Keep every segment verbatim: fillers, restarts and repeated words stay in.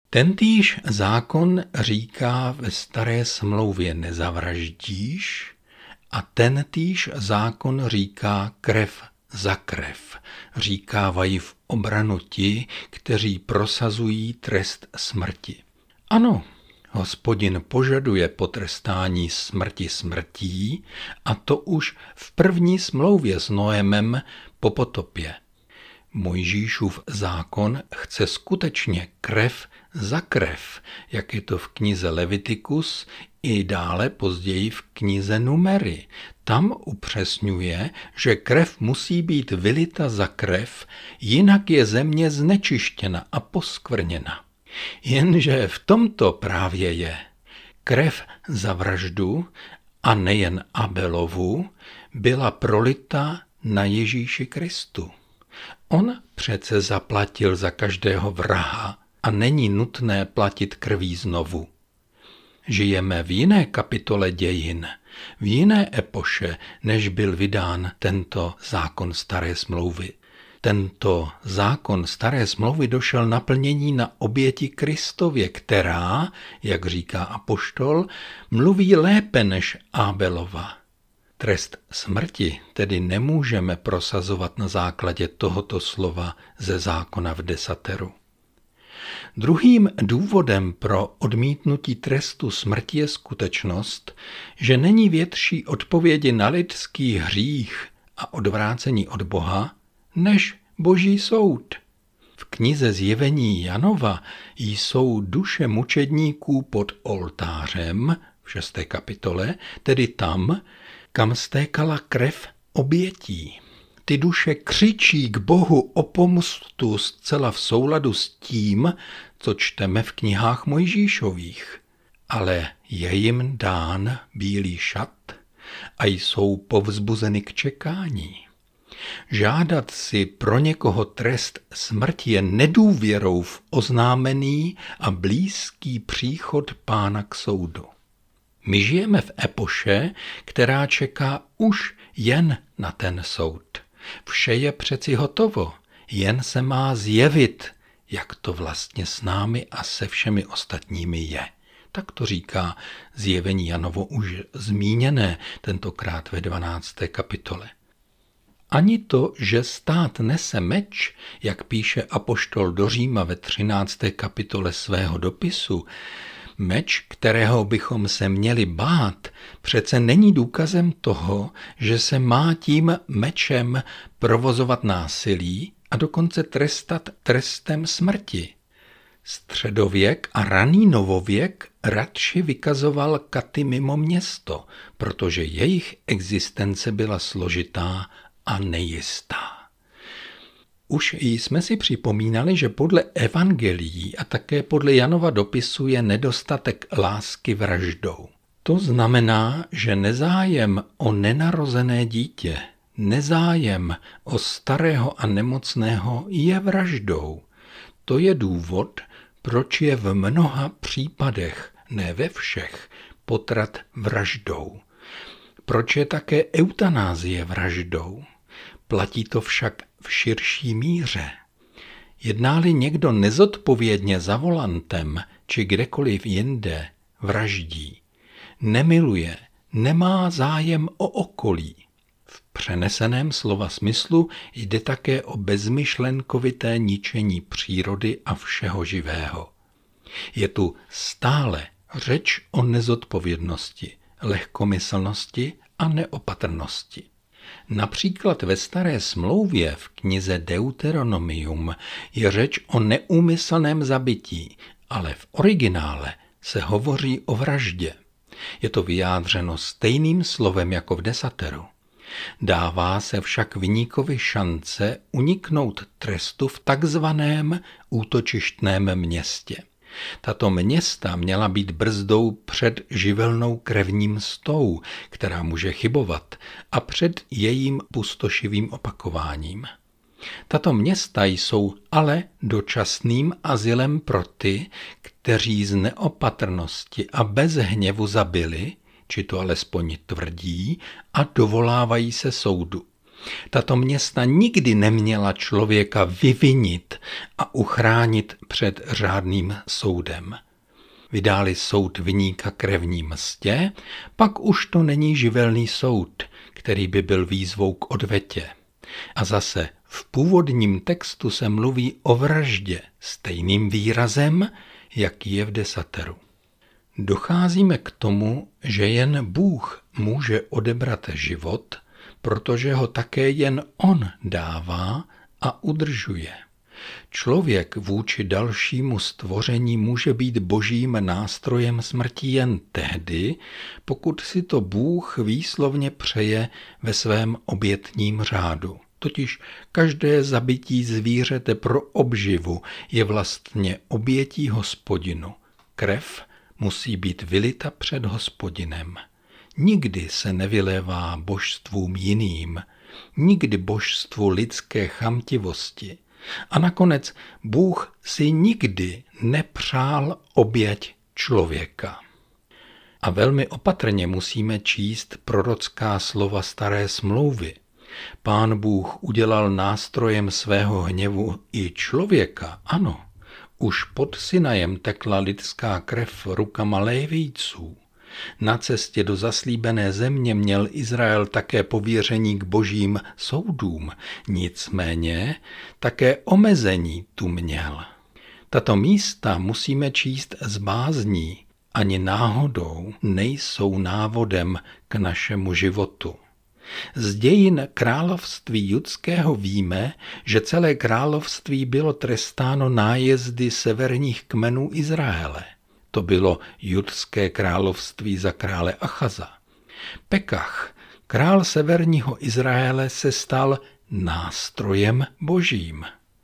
Tentýž zákon říká ve staré smlouvě nezavraždíš a tentýž zákon říká krev za krev. Říkávají v obranu ti, kteří prosazují trest smrti. Ano, Hospodin požaduje potrestání smrti smrtí, a to už v první smlouvě s Noémem po potopě. Mojžíšův zákon chce skutečně krev za krev, jak je to v knize Levitikus i dále později v knize Numery. Tam upřesňuje, že krev musí být vylita za krev, jinak je země znečištěna a poskvrněna. Jenže v tomto právě je. Krev za vraždu, a nejen Abelovu, byla prolita na Ježíši Kristu. On přece zaplatil za každého vraha a není nutné platit krví znovu. Žijeme v jiné kapitole dějin, v jiné epoše, než byl vydán tento zákon staré smlouvy. Tento zákon staré smlouvy došel naplnění na oběti Kristově, která, jak říká apoštol, mluví lépe než Abelova. Trest smrti tedy nemůžeme prosazovat na základě tohoto slova ze zákona v desateru. Druhým důvodem pro odmítnutí trestu smrti je skutečnost, že není větší odpovědi na lidský hřích a odvrácení od Boha, než Boží soud. V knize Zjevení Janova jsou duše mučedníků pod oltářem v šesté kapitole, tedy tam, kam stékala krev obětí. Ty duše křičí k Bohu o pomstu zcela v souladu s tím, co čteme v knihách Mojžíšových. Ale je jim dán bílý šat a jsou povzbuzeny k čekání. Žádat si pro někoho trest smrti je nedůvěrou v oznámený a blízký příchod Pána k soudu. My žijeme v epoše, která čeká už jen na ten soud. Vše je přeci hotovo, jen se má zjevit, jak to vlastně s námi a se všemi ostatními je. Tak to říká Zjevení Janovo už zmíněné, tentokrát ve dvanácté kapitole. Ani to, že stát nese meč, jak píše apoštol do Říma ve třinácté kapitole svého dopisu, meč, kterého bychom se měli bát, přece není důkazem toho, že se má tím mečem provozovat násilí a dokonce trestat trestem smrti. Středověk a raný novověk radši vykazoval katy mimo město, protože jejich existence byla složitá a nejistá. Už jsme si připomínali, že podle evangelií a také podle Janova dopisu je nedostatek lásky vraždou. To znamená, že nezájem o nenarozené dítě, nezájem o starého a nemocného je vraždou. To je důvod, proč je v mnoha případech, ne ve všech, potrat vraždou. Proč je také eutanázie vraždou? Platí to však v širší míře. Jedná-li někdo nezodpovědně za volantem či kdekoliv jinde, vraždí. Nemiluje, nemá zájem o okolí. V přeneseném slova smyslu jde také o bezmyšlenkovité ničení přírody a všeho živého. Je tu stále řeč o nezodpovědnosti, lehkomyslnosti a neopatrnosti. Například ve staré smlouvě v knize Deuteronomium je řeč o neúmyslném zabití, ale v originále se hovoří o vraždě. Je to vyjádřeno stejným slovem jako v desateru. Dává se však viníkovi šance uniknout trestu v takzvaném útočištném městě. Tato města měla být brzdou před živelnou krevní mstou, která může chybovat, a před jejím pustošivým opakováním. Tato města jsou ale dočasným azylem pro ty, kteří z neopatrnosti a bez hněvu zabili, či to alespoň tvrdí, a dovolávají se soudu. Tato města nikdy neměla člověka vyvinit a uchránit před řádným soudem. Vydá-li soud viníka krevní mstě, pak už to není živelný soud, který by byl výzvou k odvetě. A zase v původním textu se mluví o vraždě stejným výrazem, jak je v desateru. Docházíme k tomu, že jen Bůh může odebrat život, protože ho také jen on dává a udržuje. Člověk vůči dalšímu stvoření může být božím nástrojem smrti jen tehdy, pokud si to Bůh výslovně přeje ve svém obětním řádu. Totiž každé zabití zvířete pro obživu je vlastně obětí Hospodinu. Krev musí být vylita před Hospodinem. Nikdy se nevylévá božstvům jiným, nikdy božstvu lidské chamtivosti. A nakonec Bůh si nikdy nepřál oběť člověka. A velmi opatrně musíme číst prorocká slova staré smlouvy. Pán Bůh udělal nástrojem svého hněvu i člověka, ano. Už pod Sinajem tekla lidská krev rukama Lévijců. Na cestě do zaslíbené země měl Izrael také pověření k božím soudům, nicméně také omezení tu měl. Tato místa musíme číst s bázní, ani náhodou nejsou návodem k našemu životu. Z dějin království judského víme, že celé království bylo trestáno nájezdy severních kmenů Izraele. To bylo judské království za krále Achaza. Pekach, král severního Izraele, se stal nástrojem božím,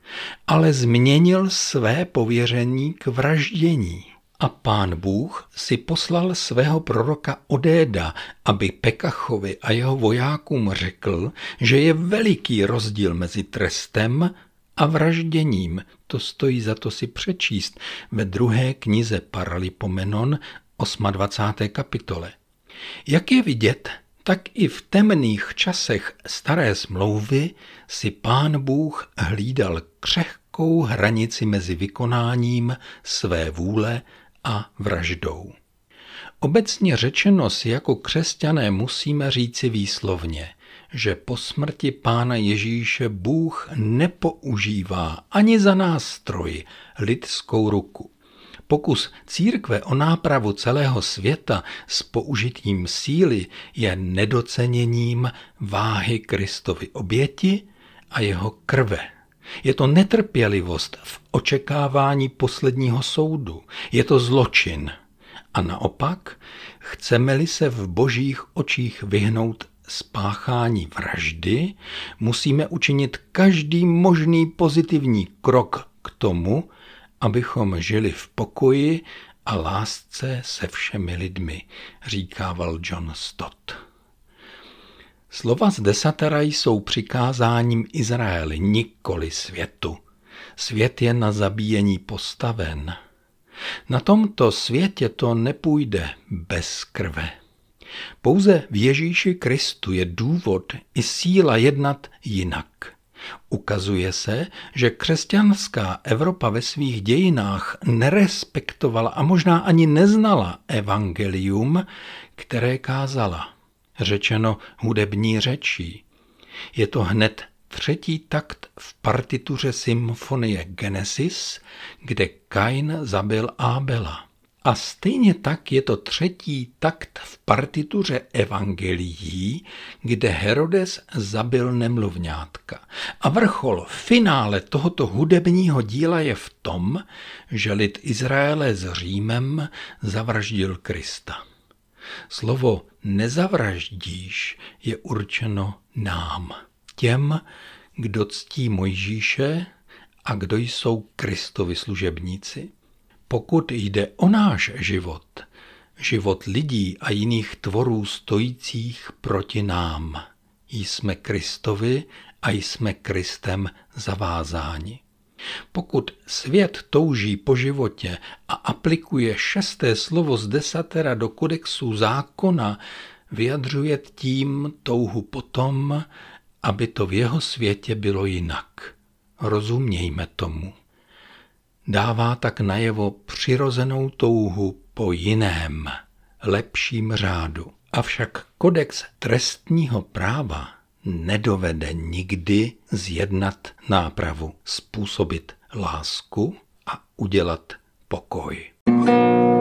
ale změnil své pověření k vraždění. A Pán Bůh si poslal svého proroka Odéda, aby Pekachovi a jeho vojákům řekl, že je veliký rozdíl mezi trestem a vražděním. To stojí za to si přečíst ve druhé knize Paralipomenon, dvacáté osmé kapitole. Jak je vidět, tak i v temných časech staré smlouvy si Pán Bůh hlídal křehkou hranici mezi vykonáním své vůle a vraždou. Obecně řečeno si jako křesťané musíme říci výslovně, že po smrti Pána Ježíše Bůh nepoužívá ani za nástroj lidskou ruku. Pokus církve o nápravu celého světa s použitím síly je nedoceněním váhy Kristovy oběti a jeho krve. Je to netrpělivost v očekávání posledního soudu. Je to zločin. A naopak, chceme-li se v božích očích vyhnout spáchání vraždy, musíme učinit každý možný pozitivní krok k tomu, abychom žili v pokoji a lásce se všemi lidmi, říkával John Stott. Slova z desatera jsou přikázáním Izraeli, nikoli světu. Svět je na zabíjení postaven. Na tomto světě to nepůjde bez krve. Pouze v Ježíši Kristu je důvod i síla jednat jinak. Ukazuje se, že křesťanská Evropa ve svých dějinách nerespektovala a možná ani neznala evangelium, které kázala. Řečeno hudební řečí. Je to hned třetí takt v partituře symfonie Genesis, kde Kain zabil Ábela. A stejně tak je to třetí takt v partituře evangelií, kde Herodes zabil nemluvňátka. A vrchol, finále tohoto hudebního díla je v tom, že lid Izraele s Římem zavraždil Krista. Slovo nezavraždíš je určeno nám, těm, kdo ctí Mojžíše a kdo jsou Kristovi služebníci. Pokud jde o náš život, život lidí a jiných tvorů stojících proti nám, jsme Kristovi a jsme Kristem zavázáni. Pokud svět touží po životě a aplikuje šesté slovo z desatera do kodexu zákona, vyjadřuje tím touhu potom, aby to v jeho světě bylo jinak. Rozumějme tomu. Dává tak najevo přirozenou touhu po jiném, lepším řádu. Avšak kodex trestního práva nedovede nikdy zjednat nápravu, způsobit lásku a udělat pokoj.